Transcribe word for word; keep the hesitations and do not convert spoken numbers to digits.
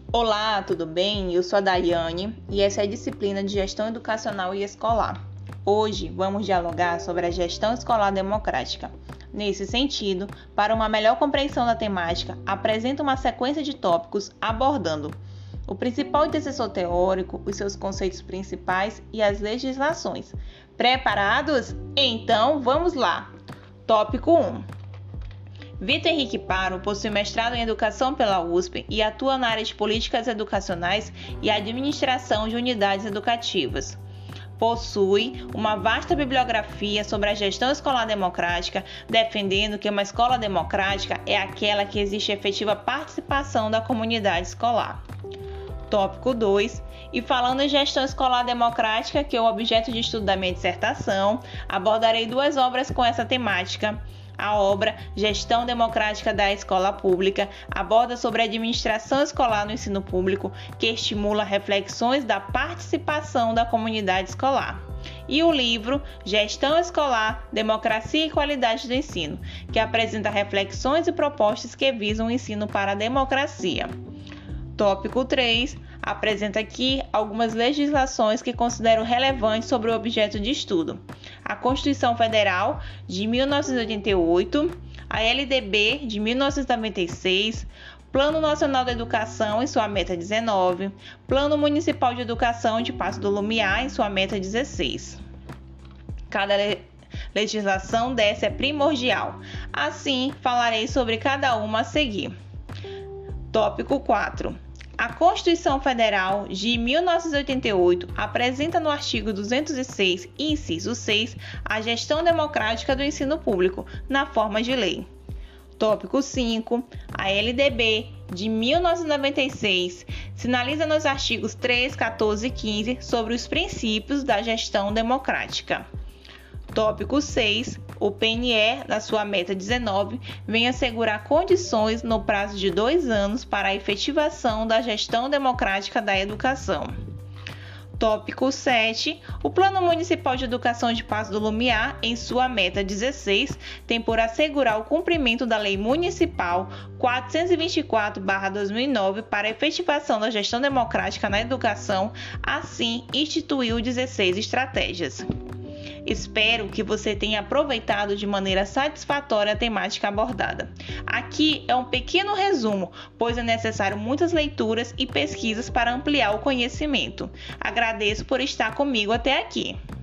Olá, tudo bem? Eu sou a Daiane e essa é a disciplina de Gestão Educacional e Escolar. Hoje vamos dialogar sobre a gestão escolar democrática. Nesse sentido, para uma melhor compreensão da temática, apresento uma sequência de tópicos abordando o principal intercessor teórico, os seus conceitos principais e as legislações. Preparados? Então vamos lá! Tópico um. Vitor Henrique Paro possui mestrado em Educação pela U S P e atua na área de Políticas Educacionais e Administração de Unidades Educativas. Possui uma vasta bibliografia sobre a gestão escolar democrática, defendendo que uma escola democrática é aquela que existe efetiva participação da comunidade escolar. Tópico dois. E falando em gestão escolar democrática, que é o objeto de estudo da minha dissertação, abordarei duas obras com essa temática. A obra Gestão Democrática da Escola Pública aborda sobre a administração escolar no ensino público, que estimula reflexões da participação da comunidade escolar. E o livro Gestão Escolar, Democracia e Qualidade do Ensino, que apresenta reflexões e propostas que visam o ensino para a democracia. Tópico três. Apresenta aqui algumas legislações que considero relevantes sobre o objeto de estudo. A Constituição Federal de mil novecentos e oitenta e oito, a L D B de mil novecentos e noventa e seis, Plano Nacional da Educação em sua meta dezenove, Plano Municipal de Educação de Paço do Lumiar em sua meta dezesseis. Cada le- legislação dessa é primordial. Assim, falarei sobre cada uma a seguir. Tópico quatro. A Constituição Federal de mil novecentos e oitenta e oito apresenta no artigo duzentos e seis, inciso seis, a gestão democrática do ensino público, na forma de lei. Tópico cinco. A L D B de mil novecentos e noventa e seis sinaliza nos artigos três, quatorze e quinze sobre os princípios da gestão democrática. Tópico seis. O P N E, na sua meta dezenove, vem assegurar condições no prazo de dois anos para a efetivação da gestão democrática da educação. Tópico sete. O Plano Municipal de Educação de Paço do Lumiar, em sua meta dezesseis, tem por assegurar o cumprimento da Lei Municipal quatrocentos e vinte e quatro barra dois mil e nove para a efetivação da gestão democrática na educação, assim instituiu dezesseis estratégias. Espero que você tenha aproveitado de maneira satisfatória a temática abordada. Aqui é um pequeno resumo, pois é necessário muitas leituras e pesquisas para ampliar o conhecimento. Agradeço por estar comigo até aqui.